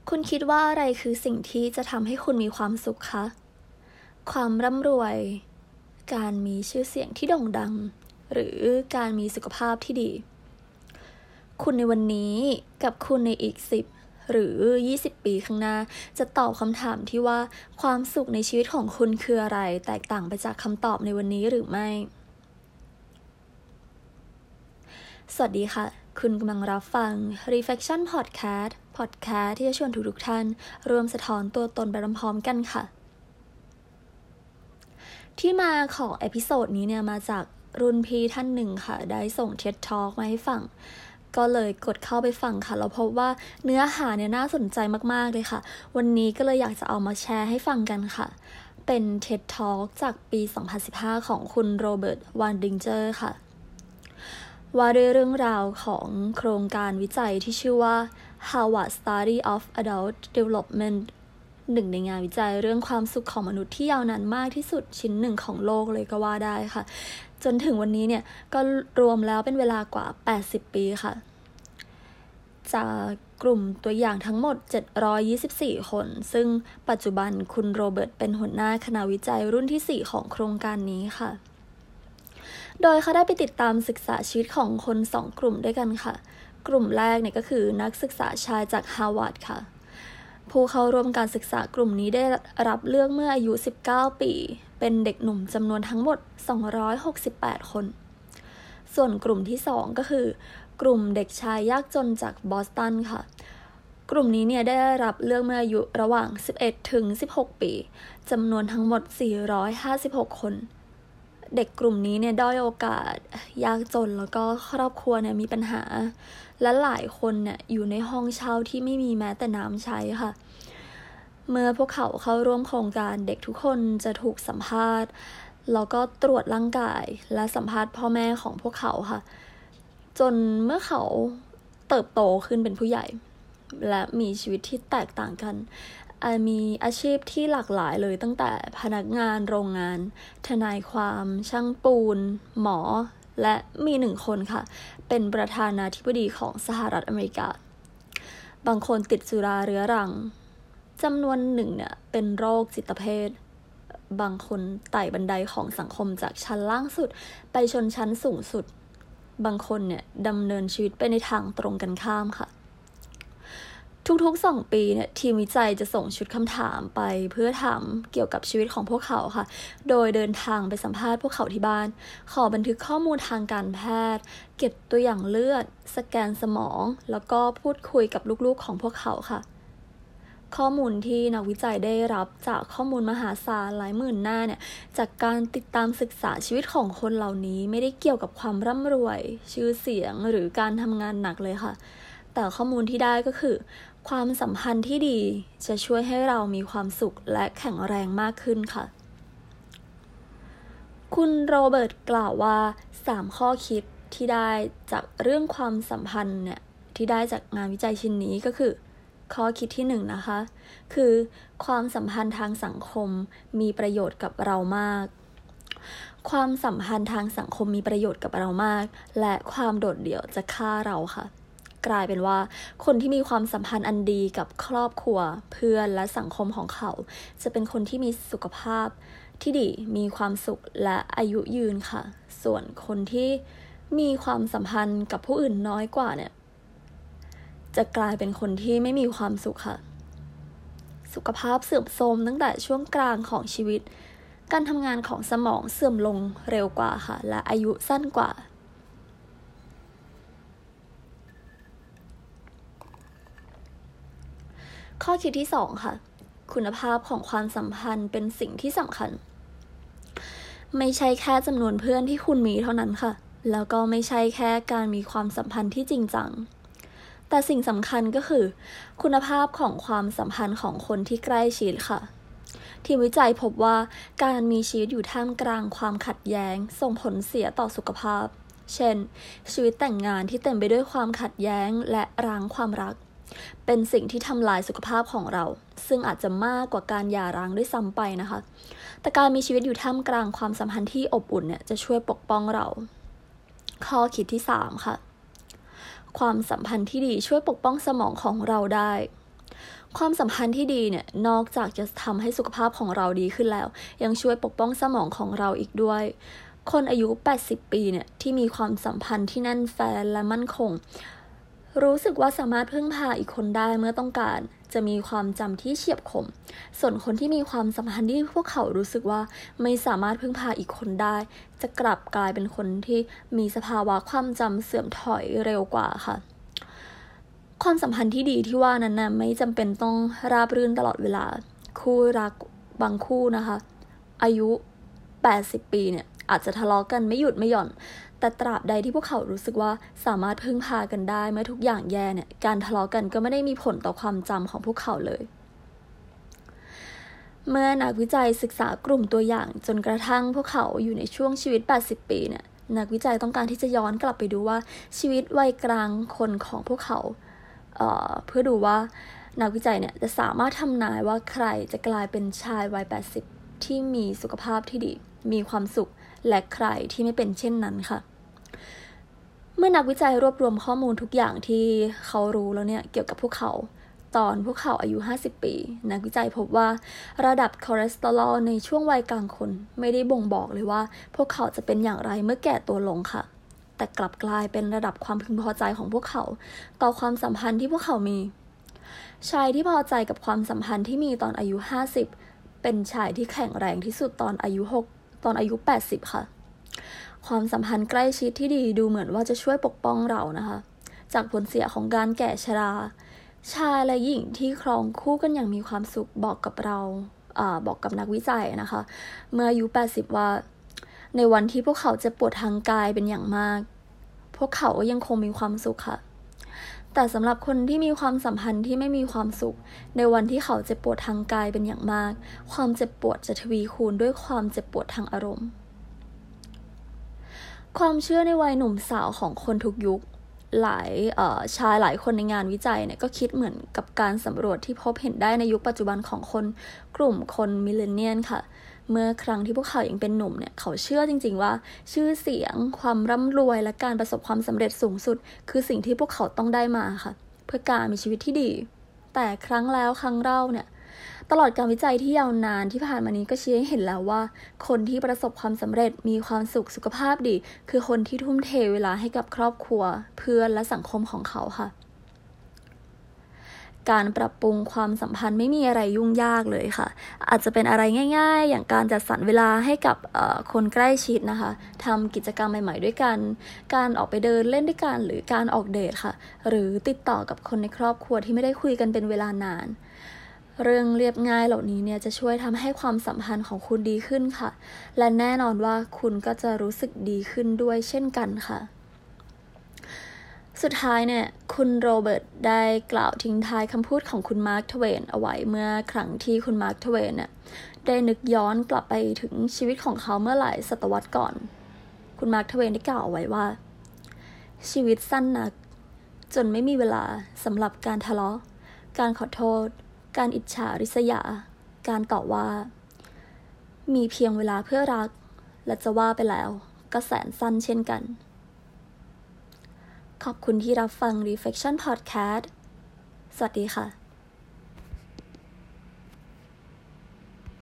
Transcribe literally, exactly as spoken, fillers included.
คุณคิดว่าอะไรคือสิ่งที่จะทำให้คุณมีความสุขคะ ความร่ำรวย การมีชื่อเสียงที่โด่งดัง หรือการมีสุขภาพที่ดี คุณในวันนี้กับคุณในอีกสิบหรือยี่สิบปีข้างหน้าจะตอบคำถามที่ว่าความสุขในชีวิตของคุณคืออะไรแตกต่างไปจากคำตอบในวันนี้หรือไม่ สวัสดีค่ะคุณกำลังรับฟัง Reflection Podcast Podcast ที่จะชวนทุกๆท่านร่วมสะท้อนตัวตนไปพร้อมๆกันค่ะที่มาของเอพิโซดนี้เนี่ยมาจากรุ่นพี่ท่านหนึ่งค่ะได้ส่ง TED Talk มาให้ฟังก็เลยกดเข้าไปฟังค่ะแล้วพบว่าเนื้อหาเนี่ยน่าสนใจมากๆเลยค่ะวันนี้ก็เลยอยากจะเอามาแชร์ให้ฟังกันค่ะเป็น TED Talk จากปี สองพันสิบห้า ของคุณโรเบิร์ต วานดิงเจอร์ค่ะว่าด้วยเรื่องราวของโครงการวิจัยที่ชื่อว่า Harvard Study of Adult Development หนึ่งในงานวิจัยเรื่องความสุขของมนุษย์ที่ยาวนานมากที่สุดชิ้นหนึ่งของโลกเลยก็ว่าได้ค่ะจนถึงวันนี้เนี่ยก็รวมแล้วเป็นเวลากว่าแปดสิบปีค่ะจากกลุ่มตัวอย่างทั้งหมดเจ็ดร้อยยี่สิบสี่คนซึ่งปัจจุบันคุณโรเบิร์ตเป็นหัวหน้าคณะวิจัยรุ่นที่สี่ของโครงการนี้ค่ะโดยเขาได้ไปติดตามศึกษาชีวิตของคนสองกลุ่มด้วยกันค่ะกลุ่มแรกเนี่ยก็คือนักศึกษาชายจากฮาร์วาร์ดค่ะผู้เข้าร่วมการศึกษากลุ่มนี้ได้รับเลือกเมื่ออายุสิบเก้าปีเป็นเด็กหนุ่มจำนวนทั้งหมดสองร้อยหกสิบแปดคนส่วนกลุ่มที่สองก็คือกลุ่มเด็กชายยากจนจากบอสตันค่ะกลุ่มนี้เนี่ยได้รับเลือกเมื่ออายุระหว่างสิบเอ็ดถึงสิบหกปีจำนวนทั้งหมดสี่ร้อยห้าสิบหกคนเด็กกลุ่มนี้เนี่ยด้อยโอกาสยากจนแล้วก็ครอบครัวเนี่ยมีปัญหาและหลายคนเนี่ยอยู่ในห้องเช่าที่ไม่มีแม้แต่น้ำใช้ค่ะเมื่อพวกเขาเข้าร่วมโครงการเด็กทุกคนจะถูกสัมภาษณ์แล้วก็ตรวจร่างกายและสัมภาษณ์พ่อแม่ของพวกเขาค่ะจนเมื่อเขาเติบโตขึ้นเป็นผู้ใหญ่และมีชีวิตที่แตกต่างกันมีอาชีพที่หลากหลายเลยตั้งแต่พนักงานโรงงานทนายความช่างปูนหมอและมีหนึ่งคนค่ะเป็นประธานาธิบดีของสหรัฐอเมริกาบางคนติดสุราเรื้อรังจำนวนหนึ่งเนี่ยเป็นโรคจิตเภทบางคนไต่บันไดของสังคมจากชั้นล่างสุดไปชนชั้นสูงสุดบางคนเนี่ยดำเนินชีวิตไปในทางตรงกันข้ามค่ะทุกๆสองปีเนี่ยทีมวิจัยจะส่งชุดคำถามไปเพื่อถามเกี่ยวกับชีวิตของพวกเขาค่ะโดยเดินทางไปสัมภาษณ์พวกเขาที่บ้านขอบันทึกข้อมูลทางการแพทย์เก็บตัวอย่างเลือดสแกนสมองแล้วก็พูดคุยกับลูกๆของพวกเขาค่ะข้อมูลที่นักวิจัยได้รับจากข้อมูลมหาศาลหลายหมื่นหน้าเนี่ยจากการติดตามศึกษาชีวิตของคนเหล่านี้ไม่ได้เกี่ยวกับความร่ำรวยชื่อเสียงหรือการทำงานหนักเลยค่ะแต่ข้อมูลที่ได้ก็คือความสัมพันธ์ที่ดีจะช่วยให้เรามีความสุขและแข็งแรงมากขึ้นค่ะคุณโรเบิร์ตกล่าวว่าสามข้อคิดที่ได้จากเรื่องความสัมพันธ์เนี่ยที่ได้จากงานวิจัยชิ้นนี้ก็คือข้อคิดที่หนึ่งนะคะคือความสัมพันธ์ทางสังคมมีประโยชน์กับเรามากความสัมพันธ์ทางสังคมมีประโยชน์กับเรามากและความโดดเดี่ยวจะฆ่าเราค่ะกลายเป็นว่าคนที่มีความสัมพันธ์อันดีกับครอบครัวเพื่อนและสังคมของเขาจะเป็นคนที่มีสุขภาพที่ดีมีความสุขและอายุยืนค่ะส่วนคนที่มีความสัมพันธ์กับผู้อื่นน้อยกว่าเนี่ยจะกลายเป็นคนที่ไม่มีความสุขค่ะสุขภาพเสื่อมโทรมตั้งแต่ช่วงกลางของชีวิตการทำงานของสมองเสื่อมลงเร็วกว่าค่ะและอายุสั้นกว่าข้อคิดที่สองค่ะคุณภาพของความสัมพันธ์เป็นสิ่งที่สำคัญไม่ใช่แค่จำนวนเพื่อนที่คุณมีเท่านั้นค่ะแล้วก็ไม่ใช่แค่การมีความสัมพันธ์ที่จริงจังแต่สิ่งสำคัญก็คือคุณภาพของความสัมพันธ์ของคนที่ใกล้ชิดค่ะทีมวิจัยพบว่าการมีชีวิตอยู่ท่ามกลางความขัดแย้งส่งผลเสียต่อสุขภาพเช่นชีวิตแต่งงานที่เต็มไปด้วยความขัดแย้งและร้างความรักเป็นสิ่งที่ทำลายสุขภาพของเราซึ่งอาจจะมากกว่าการหย่าร้างด้วยซ้ำไปนะคะแต่การมีชีวิตอยู่ท่ามกลางความสัมพันธ์ที่อบอุ่นเนี่ยจะช่วยปกป้องเราข้อคิดที่สามค่ะความสัมพันธ์ที่ดีช่วยปกป้องสมองของเราได้ความสัมพันธ์ที่ดีเนี่ยนอกจากจะทำให้สุขภาพของเราดีขึ้นแล้วยังช่วยปกป้องสมองของเราอีกด้วยคนอายุแปดสิบปีเนี่ยที่มีความสัมพันธ์ที่แน่นแฟ้นและมั่นคงรู้สึกว่าสามารถพึ่งพาอีกคนได้เมื่อต้องการจะมีความจำที่เฉียบคมส่วนคนที่มีความสัมพันธ์ที่พวกเขารู้สึกว่าไม่สามารถพึ่งพาอีกคนได้จะกลับกลายเป็นคนที่มีสภาวะความจำเสื่อมถอยเร็วกว่าค่ะความสัมพันธ์ที่ดีที่ว่านั้นนะไม่จำเป็นต้องราบรื่นตลอดเวลาคู่รักบางคู่นะคะอายุแปดสิบปีเนี่ยอาจจะทะเลาะกันไม่หยุดไม่หย่อนแต่ตราบใดที่พวกเขารู้สึกว่าสามารถพึ่งพากันได้เมื่อทุกอย่างแย่เนี่ยการทะเลาะกันก็ไม่ได้มีผลต่อความจำของพวกเขาเลยเมื่อนักวิจัยศึกษากลุ่มตัวอย่างจนกระทั่งพวกเขาอยู่ในช่วงชีวิตแปดสิบปีเนี่ยนักวิจัยต้องการที่จะย้อนกลับไปดูว่าชีวิตวัยกลางคนของพวกเขาเอ่อเพื่อดูว่านักวิจัยเนี่ยจะสามารถทำนายว่าใครจะกลายเป็นชายวัยแปดสิบที่มีสุขภาพที่ดีมีความสุขและใครที่ไม่เป็นเช่นนั้นค่ะเมื่อนักวิจัยรวบรวมข้อมูลทุกอย่างที่เขารู้แล้วเนี่ยเกี่ยวกับพวกเขาตอนพวกเขาอายุห้าสิบปีนักวิจัยพบว่าระดับคอเลสเตอรอลในช่วงวัยกลางคนไม่ได้บ่งบอกเลยว่าพวกเขาจะเป็นอย่างไรเมื่อแก่ตัวลงค่ะแต่กลับกลายเป็นระดับความพึงพอใจของพวกเขาต่อความสัมพันธ์ที่พวกเขามีชายที่พอใจกับความสัมพันธ์ที่มีตอนอายุห้าสิบเป็นชายที่แข็งแรงที่สุดตอนอายุหกตอนอายุแปดสิบค่ะความสัมพันธ์ใกล้ชิดที่ดีดูเหมือนว่าจะช่วยปกป้องเรานะคะจากผลเสียของการแก่ชราชายและหญิงที่ครองคู่กันอย่างมีความสุขบอกกับเราอ่าบอกกับนักวิจัยนะคะเมื่ออายุแปดสิบว่าในวันที่พวกเขาเจ็บปวดทางกายเป็นอย่างมากพวกเขาก็ยังคงมีความสุขค่ะแต่สำหรับคนที่มีความสัมพันธ์ที่ไม่มีความสุขในวันที่เขาเจ็บปวดทางกายเป็นอย่างมากความเจ็บปวดจะทวีคูณด้วยความเจ็บปวดทางอารมณ์ความเชื่อในวัยหนุ่มสาวของคนทุกยุคหลายชายหลายคนในงานวิจัยเนี่ยก็คิดเหมือนกับการสำรวจที่พบเห็นได้ในยุคปัจจุบันของคนกลุ่มคนมิลเลนเนียลค่ะเมื่อครั้งที่พวกเขายังเป็นหนุ่มเนี่ยเขาเชื่อจริงๆว่าชื่อเสียงความร่ำรวยและการประสบความสำเร็จสูงสุดคือสิ่งที่พวกเขาต้องได้มาค่ะเพื่อการมีชีวิตที่ดีแต่ครั้งแล้วครั้งเล่าเนี่ยตลอดการวิจัยที่ยาวนานที่ผ่านมานี้ก็ชี้ให้เห็นแล้วว่าคนที่ประสบความสำเร็จมีความสุขสุขภาพดีคือคนที่ทุ่มเทเวลาให้กับครอบครัวเพื่อนและสังคมของเขาค่ะการปรับปรุงความสัมพันธ์ไม่มีอะไรยุ่งยากเลยค่ะอาจจะเป็นอะไรง่ายๆอย่างการจัดสรรเวลาให้กับคนใกล้ชิดนะคะทำกิจกรรมใหม่ๆด้วยกันการออกไปเดินเล่นด้วยกันหรือการออกเดทค่ะหรือติดต่อกับคนในครอบครัวที่ไม่ได้คุยกันเป็นเวลานานเรื่องเรียบง่ายเหล่านี้เนี่ยจะช่วยทำให้ความสัมพันธ์ของคุณดีขึ้นค่ะและแน่นอนว่าคุณก็จะรู้สึกดีขึ้นด้วยเช่นกันค่ะสุดท้ายเนี่ยคุณโรเบิร์ตได้กล่าวทิ้งท้ายคำพูดของคุณมาร์ค ทเวนเอาไว้เมื่อครั้งที่คุณมาร์ค ทเวนเนี่ยได้นึกย้อนกลับไปถึงชีวิตของเขาเมื่อหลายศตวรรษก่อนคุณมาร์ค ทเวนได้กล่าวเอาไว้ว่าชีวิตสั้นนักจนไม่มีเวลาสำหรับการทะเลาะการขอโทษการอิจฉาริษยาการต่อว่ามีเพียงเวลาเพื่อรักและจะว่าไปแล้วก็แสนสั้นเช่นกันขอบคุณที่รับฟัง Reflection Podcast สวัสดีค่ะ